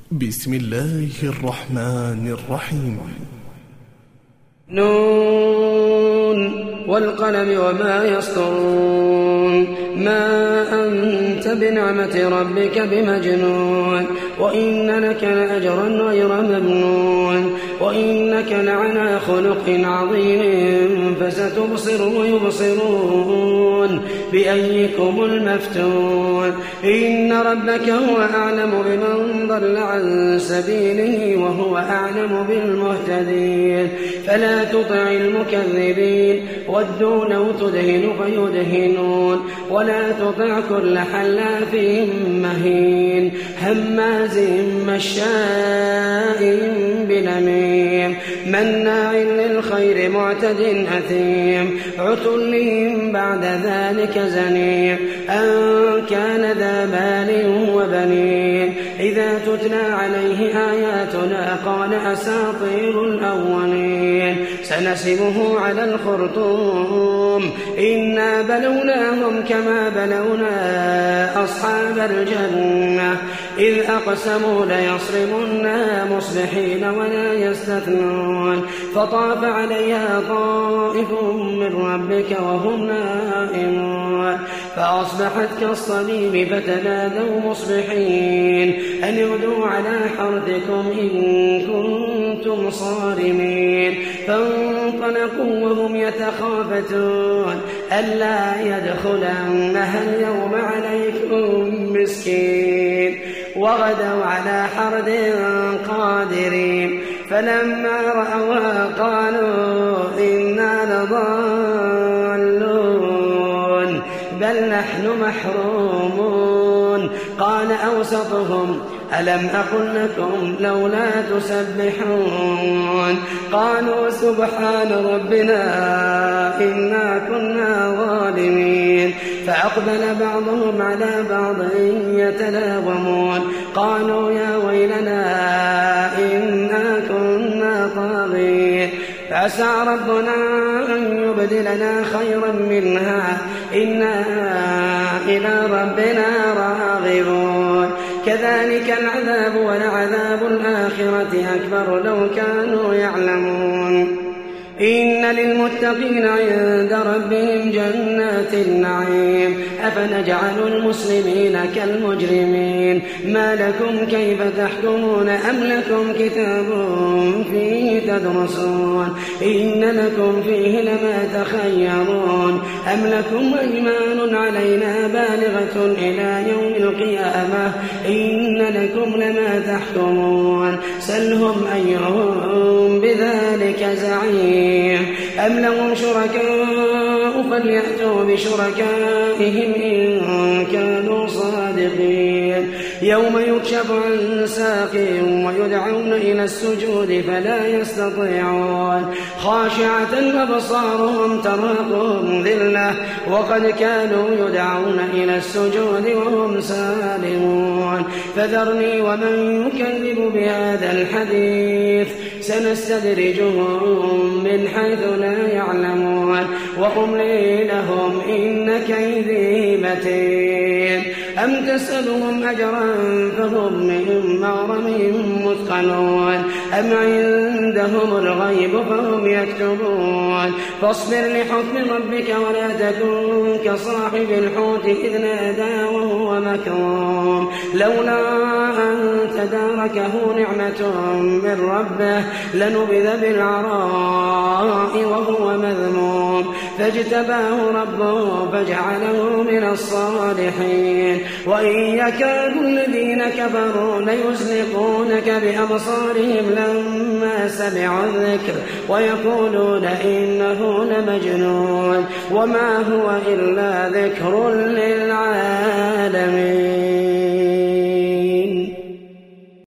بسم الله الرحمن الرحيم. نون والقلم وما يسطرون ما أنت بنعمة ربك بمجنون وإن لك لأجرا غير ممنون وإنك لعلى خلق عظيم فستبصر ويبصرون بأيكم المفتون إن ربك هو أعلم بمن ضل عن سبيله وهو أعلم بالمهتدين فلا تطع المكذبين ودوا لو تدهن فيدهنون ولا تطع كل حلاف مهين هماز مشاء بنميم مناع للخير معتد أثيم عتل بعد ذلك زنيم أن كان ذا مال وبنين إذا تتلى عليه آياتنا قال أساطير الأولين سنسمه على الخرطوم إنا بلوناهم كما بلونا أصحاب الجنة إذ أقسموا ليصرمنها مصبحين ولا يستثنون فطاف عليها طائف من ربك وهم نائمون فأصبحت كالصريم فتنادوا مصبحين أن اغدوا على حرثكم إن كنتم صارمين فانطلقوا وهم يتخافتون ألا يدخلنها اليوم عليكم مسكين وغدوا على حرد قادرين فلما رأوها قالوا إنا لضالون بل نحن محرومون قال أوسطهم ألم أقل لكم لولا تسبحون قالوا سبحان ربنا إنا كنا ظالمين فأقبل بعضهم على بعض يتلاومون قالوا يا ويلنا إنا كنا طاغين فعسى ربنا أن يبدلنا خيرا منها إنا إلى ربنا راغبون كذلك العذاب ولعذاب الآخرة أكبر لو كانوا يعلمون إن للمتقين عند ربهم جنات النعيم أفنجعل المسلمين كالمجرمين ما لكم كيف تحكمون أم لكم كتاب فيه تدرسون إن لكم فيه لما تخيرون أم لكم أيمان علينا بالغة إلى يوم القيامة إن لكم لما تحكمون سلهم أيهم بذلك زعيم أم لهم شركاء فليأتوا بشركائهم إن كانوا صادقين يوم يكشف عن ساق ويدعون إلى السجود فلا يستطيعون خاشعة أبصارهم ترهقهم ذلة وقد كانوا يدعون إلى السجود وهم سالمون فذرني ومن يكذب بهذا الحديث سنستدرجهم من حيث لا يعلمون وأملي لهم إن كيدي متين أم تسألهم أجرا فهم من مغرم مثقلون أم عندهم الغيب فهم يكتبون فاصبر لحكم ربك ولا تكن كصاحب الحوت إذ نادى وهو مكروم لولا أن تداركه نعمة من ربه لنبذ بالعراء وهو مذموم فاجتباه ربه فجعله من الصالحين وإن يكاد الذين كفروا ليزلقونك بأبصارهم لما سمعوا الذكر ويقولون إنه لمجنون وما هو إلا ذكر للعالمين.